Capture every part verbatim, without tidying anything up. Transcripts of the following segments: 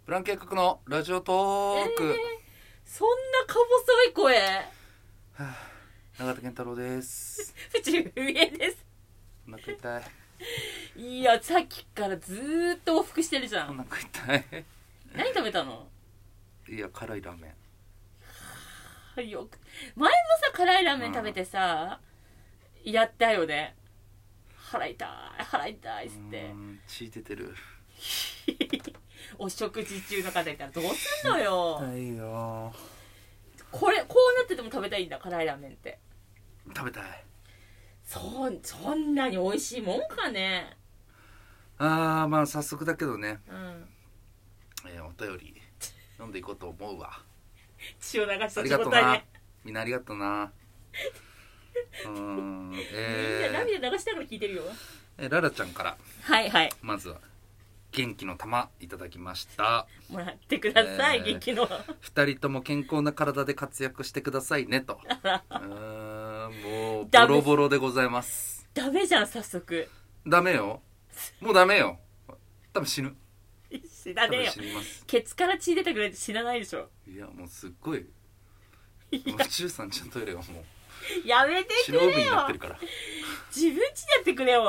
ブラン計画のラジオトーク、えー、 そんなか細い声、はあ、永田健太郎です。 藤井文江です。 お腹痛い。いや、さっきからずーっと往復してるじゃん。 お腹痛い。 何食べたの？ いや、辛いラーメン。よく前もさ、辛いラーメン食べてさ、うん、やったよね。腹痛い腹痛いっつって。 うん、血出てる。 お食事中の方いたらどうすんのよ。 痛いよ。 これこうなってても食べたいんだ、辛いラーメンって。 食べたい。 そそんなに美味しいもんかね。 あー、まあ早速だけどね、 うん、 えー、お便り飲んでいこうと思うわ。 血を流した状態ね。みんなありがとうな。うーん、えー、 みんな涙流しながら聞いてるよ。 えー、ララちゃんからはいはい、 まずは元気の玉いただきました。 もらってください、えー、元気の。 二人とも健康な体で活躍してくださいねと。うーん、もうボロボロでございます。 ダメじゃん、早速。 ダメよ、もうダメよ。多分死ぬ。 死なねえよ。 死にます。 ケツから血出たぐらいで死なないでしょ。 いや、もうすっごい、もう中さんちゃんとやれよ。もうやめてくれよ。 白帯になってるから。 自分ちでやってくれよ。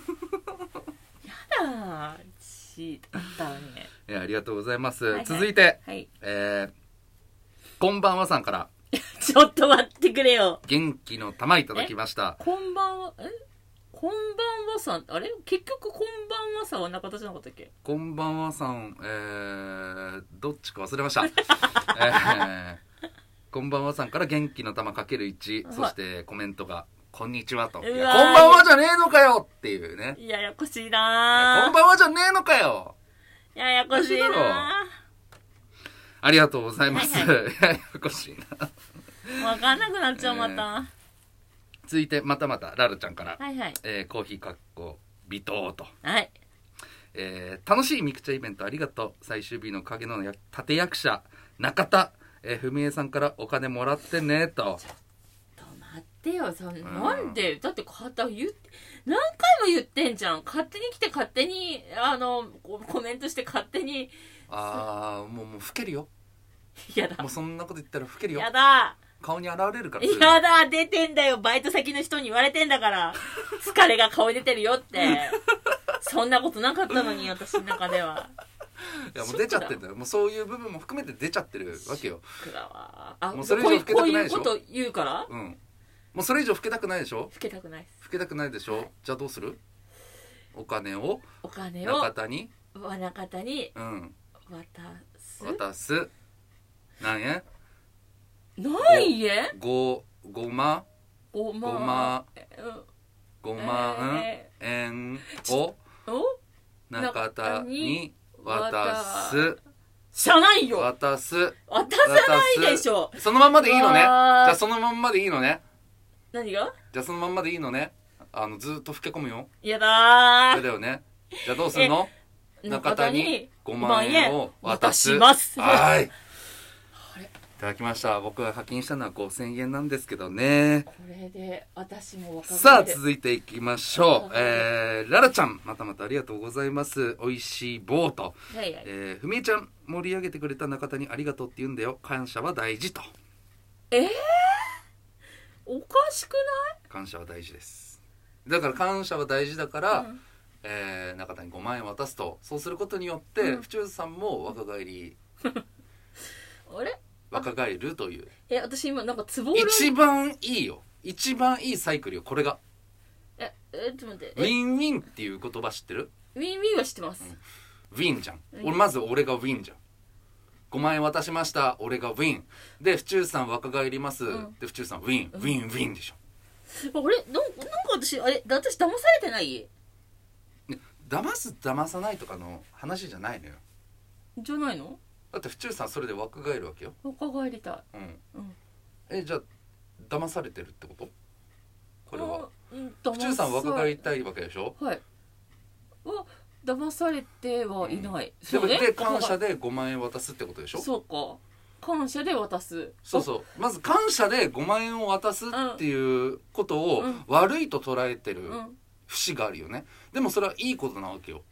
やだ、血だったらね。 いや、ありがとうございます、はいはい、続いて、はい、えー、こんばんはさんからちょっと待ってくれよ。 元気の玉いただきました。 こんばんは、えこんばんはさん、あれ結局こんばんはさんは中田じゃなかったっけ？ こんばんはさん、えー、どっちか忘れました。えー、こんばんはさんから元気の玉かけるいち、そしてコメントがこんにちはと。いや、こんばんはじゃねえのかよっていうね。 ややこしいな。 こんばんはじゃねえのかよ。 ややこしいな。 ありがとうございます。はいはい、ややこしいな。わかんなくなっちゃう、また。えー続いてまたまたラルちゃんから、 はいはい、 えー、コーヒーかっこ微糖と、 はい、 えー、楽しいミクチャイベントありがとう。最終日の影の立役者中田、えー、文江さんからお金もらってねと。 ちょっと待ってよ、そん、うん、なんでだって方言って何回も言ってんじゃん。勝手に来て勝手にあのコメントして勝手に。 ああ、もうもう老けるよ。 やだ、 もうそんなこと言ったら老けるよ。 やだ、 顔に現れるから。 やだ、出てんだよ、バイト先の人に言われてんだから疲れが顔に出てるよってそんなことなかったのに、私の中では。 いや、もう出ちゃってんだよ。もうそういう部分も含めて出ちゃってるわけよ。 あ、 もうそれ以上老けたくないでしょ。 こういうこと言うから、 うん、もうそれ以上老けたくないでしょ。 老けたくないです。 老けたくないでしょ、はい、じゃあどうする？お金をお金を中田に中田にうん渡す渡す。何円？ 何円？ ごごまごまごまごま円を中田に渡す。 知らないよ。 渡す渡さないでしょ。 そのまんまでいいのね。じゃあそのまんまでいいのね。 何が？ じゃあそのまんまでいいのね。あのずっと老け込むよ。 やだー。 それだよね。じゃあどうするの？中田にごまん円を渡す。 渡します。 はい。いただきました。僕が課金したのはごせんえんなんですけどね。 これで私も若くさあ続いていきましょう。えー、ララちゃんまたまたありがとうございます。おいしい棒と、はいはい、えー、ふみえちゃん盛り上げてくれた中田にありがとうって言うんだよ。感謝は大事と。 えー、おかしくない？ 感謝は大事です。だから感謝は大事だから、うん、えー、中田にごまん円渡すと。そうすることによって、うん、府中さんも若返りあれ若返るという。 え、私今なんかツボール一番いいよ。一番いいサイクルよ、これが。 え、え、ちょっと待って。 ウィンウィンっていう言葉知ってる？ ウィンウィンは知ってます。 うん、ウィンじゃん。俺まず俺がウィンじゃん。ごまん円渡しました。俺がウィン。で、府中さん若返ります。うん、で、府中さんウィン、ウィン、ウィンでしょ。 あれ？なんなんか私、あれ、私騙されてない？ ね、騙す騙さないとかの話じゃないのよ。 じゃないの？ だって府中さんそれで若返るわけよ。 若返りたい。 うん。うん、え、じゃあ騙されてるってこと？これは。府中さん若返りたいわけでしょ？ はい。は騙されてはいない。 うん、で, ね、で感謝でごまん円渡すってことでしょ？ そうか。感謝で渡す。 そうそう。まず感謝でごまん円を渡すっていうことを悪いと捉えてる節があるよね。でもそれはいいことなわけよ。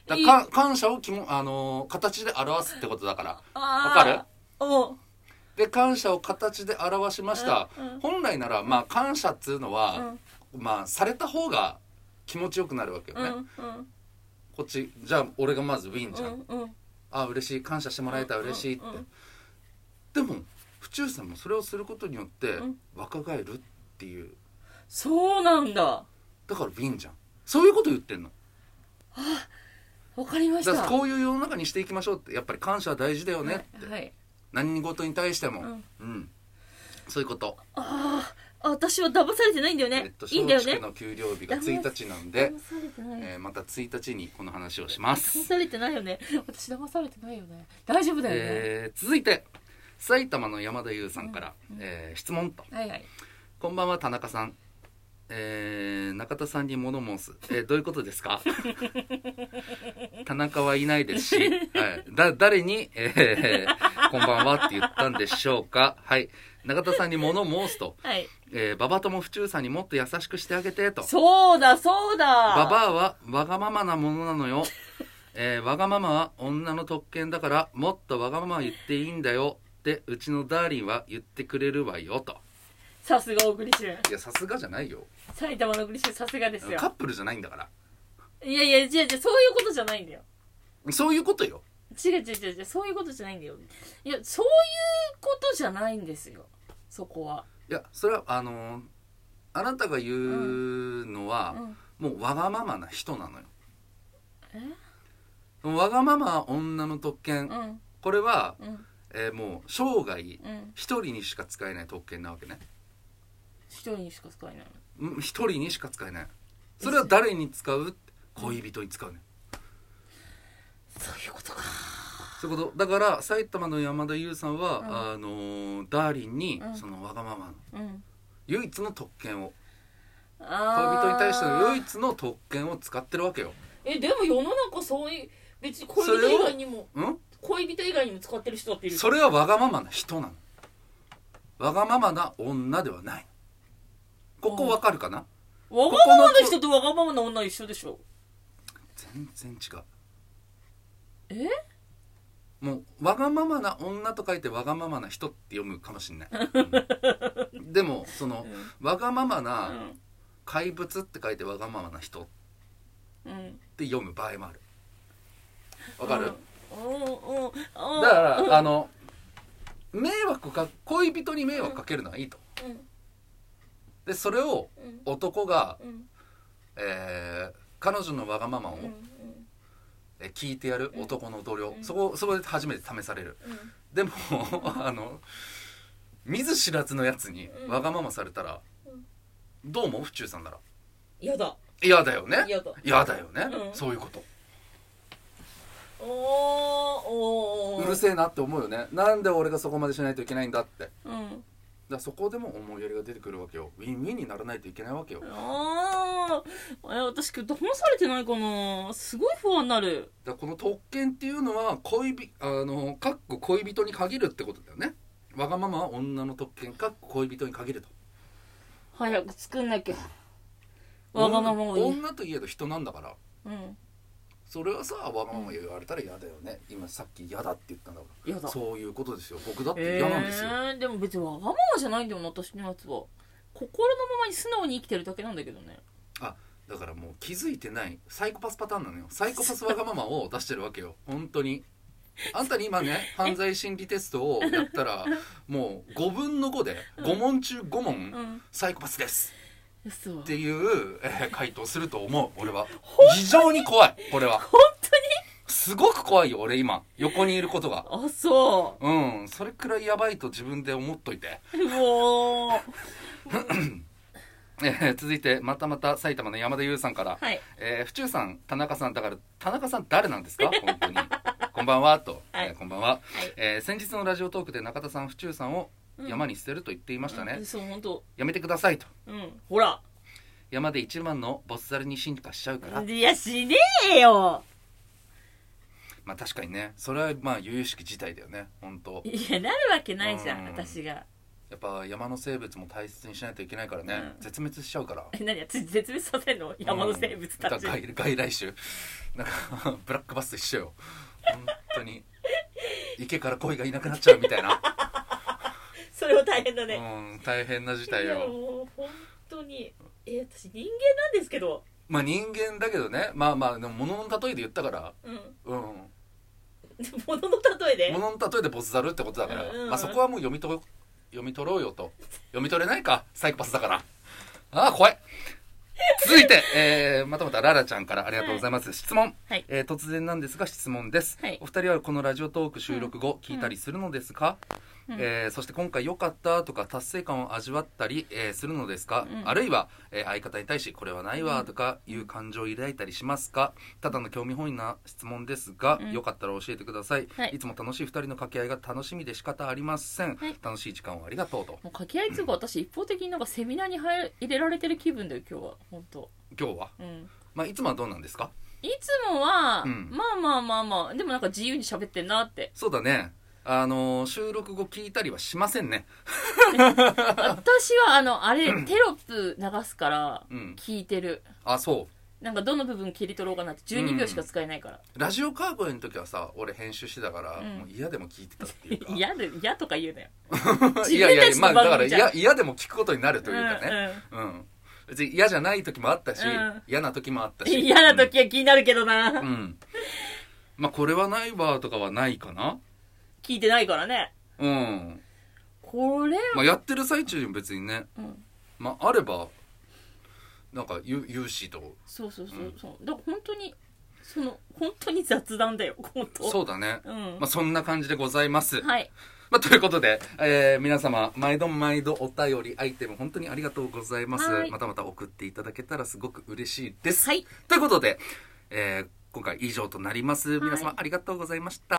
だからか感謝をきも、あのー形で表すってことだからわかる？ おで感謝を形で表しました、 うんうん、 本来ならまあ感謝っつうのは、うん、まあされた方が気持ちよくなるわけよね、うんうん、こっちじゃあ俺がまずウィンじゃん、うんうん、あ嬉しい感謝してもらえたら嬉しいって、うんうん、でも府中さんもそれをすることによって若返るっていう、 そうなんだ。 だからウィンじゃん、そういうこと言ってんの。 あ、わかりました。 だからこういう世の中にしていきましょうって、やっぱり感謝は大事だよねって、 はいはい、 何事に対しても、うんうん、そういうこと。 ああ、私は騙されてないんだよね、えっと、いいんだよね。 松竹の給料日がついたちなんで、えー、またついたちにこの話をします。 騙されてないよね、私騙されてないよね、大丈夫だよね、 えー、続いて埼玉の山田優さんから、うんうん、えー、質問と、 はいはい、こんばんは田中さん、えー、中田さんに物申す、えー、どういうことですか田中はいないですし、はい、だ誰に、えー、こんばんはって言ったんでしょうか。はい、中田さんに物申すと、はい、えー、ババ友府中さんにもっと優しくしてあげてと。 そうだそうだ、 ババアはわがままなものなのよ、えー、わがままは女の特権だからもっとわがまま言っていいんだよってうちのダーリンは言ってくれるわよと。 さすが小栗旬。 いやさすがじゃないよ、 埼玉の小栗旬、さすがですよ。 カップルじゃないんだから。 いやいや違う違う、そういうことじゃないんだよ。 そういうことよ。 違う違う違う違う、そういうことじゃないんだよ。いやそういうことじゃないんですよ、そこは。 いやそれはあのー、あなたが言うのは、うんうん、もうわがままな人なのよ。え、わがまま女の特権、うん、これは、うん、えー、もう生涯一、うん、人にしか使えない特権なわけね。 一人にしか使えない。 うん、一人にしか使えない。それは誰に使う？恋人に使うね。 そういうことか。 そういうことだから、埼玉の山田優さんは、うん、あのー、ダーリンに、うん、そのわがままの、うん、唯一の特権を、恋人に対しての唯一の特権を使ってるわけよ。 え、でも世の中そういう、別に恋人以外にも、うん、恋人以外にも使ってる人だっている。 それはわがままな人なの。わがままな女ではない。ここわかるかな？ わがままな人とわがままな女一緒でしょ。 全然違う。 え？ もうわがままな女と書いてわがままな人って読むかもしれない、うん、でもその、うん、わがままな怪物って書いてわがままな人って読む場合もある。わかる？うん、だからあの迷惑か、恋人に迷惑かけるのはいいと、うん、でそれを男が、うん、えー、彼女のわがままを、うん、え聞いてやる男の度量、うん、そこそこで初めて試される、うん、でもあの見ず知らずのやつにわがままされたら、うん、どう思う？府中さんなら。 嫌だ。 嫌だよね。 嫌だ。 嫌だよね、うん、そういうこと。 おーおー、 うるせえなって思うよね。なんで俺がそこまでしないといけないんだって、 うん、だからそこでも思いやりが出てくるわけよ。ウィンウィンにならないといけないわけよ。 ああ、私騙されてないかな。すごい不安になる。 だからこの特権っていうのは恋人、あのかっこ恋人に限るってことだよね。わがままは女の特権かっこ恋人に限ると。 早く作んなきゃ。わがままを女といえど人なんだから、 うん、 それはさ、わがまま言われたら嫌だよね、うん、今さっき嫌だって言ったんだから。嫌だ。そういうことですよ。僕だって嫌なんですよ、 えー、でも別にわがままじゃないんだよな、私のやつは。心のままに素直に生きてるだけなんだけどね。 あ、だからもう気づいてないサイコパスパターンなのよ。サイコパスわがままを出してるわけよ本当に。あんたに今ね犯罪心理テストをやったらもうごぶんのごでご問中ご問、うん、サイコパスですっていう、えー、回答すると思う俺は。非常に怖いこれは。 本当にすごく怖いよ俺今横にいることが。 あ、そう。 うん、それくらいやばいと自分で思っといて。 もうえー、続いてまたまた埼玉の山田優さんから、 はい、 えー、府中さん田中さんだから田中さん誰なんですか本当にこんばんはと、はい、えー、こんばんは、はい、えー、先日のラジオトークで中田さん府中さんを山に捨てると言っていましたね、 うんうん、そう本当やめてくださいと、 うん、ほら山で一番のボスザルに進化しちゃうから。 いやしねえよ。 まあ確かにねそれはまあ由々しき事態だよね本当。 いやなるわけないじゃん私が。 やっぱ山の生物も大切にしないといけないからね、うん、絶滅しちゃうから。 え、何や絶滅させんの山の生物たち、 うん、外, 外来種なんかブラックバスと一緒よ本当に池から鯉がいなくなっちゃうみたいなそれは大変だね。 うん、大変な事態よ。 いやもう本当にえ私人間なんですけど。 まあ人間だけどね、まあまあでも物の例えで言ったから、うん、うん、 物の例えで物の例えでボスザルってことだから、 うんうん、 まあそこはもう読みと読み取ろうよと。読み取れないかサイコパスだから。ああ怖い。続いて、えー、またまたララちゃんからありがとうございます、はい、質問、はい、えー、突然なんですが質問です、はい、お二人はこのラジオトーク収録後、うん、聞いたりするのですか、うん、えー、そして今回良かったとか達成感を味わったり、えー、するのですか、うん、あるいは、えー、相方に対しこれはないわとかいう感情を抱いたりしますか。ただの興味本位な質問ですが、うん、よかったら教えてください、はい、いつも楽しい二人の掛け合いが楽しみで仕方ありません、はい、楽しい時間をありがとうと。もう掛け合いつうか、うん、私一方的になんかセミナーに入れられてる気分だよ今日は本当。 今日は、うん、まあいつもはどうなんですか。 いつもは、うん、まあまあまあまあでもなんか自由に喋ってんなって。 そうだね、あのー、収録後聞いたりはしませんね私はあのあれテロップ流すから聞いてる、 うん、あそうなんかどの部分切り取ろうかなってじゅうにびょうしか使えないから、 うん、ラジオカーボーイの時はさ俺編集してたから、うん、もう嫌でも聞いてたっていうか嫌で嫌とか言うなよいやいやまあだから嫌嫌でも聞くことになるというかね、うん、うん、別に嫌じゃない時もあったし、うん、嫌な時もあったし嫌な時は気になるけどな、 うん、うん、まあこれはないわとかはないかな。 聞いてないからね。 うん。 これまあやってる最中に別にね、うん、まああればなんか言う言うしと。 そうそうそうそう、うん、だから本当にその本当に雑談だよ本当。 そうだね、うん、まあそんな感じでございます。 はい。 まあ、ということで、えー、皆様毎度毎度お便りアイテム本当にありがとうございます。またまた送っていただけたらすごく嬉しいです。 はい。 ということで、えー、今回以上となります。皆様ありがとうございました。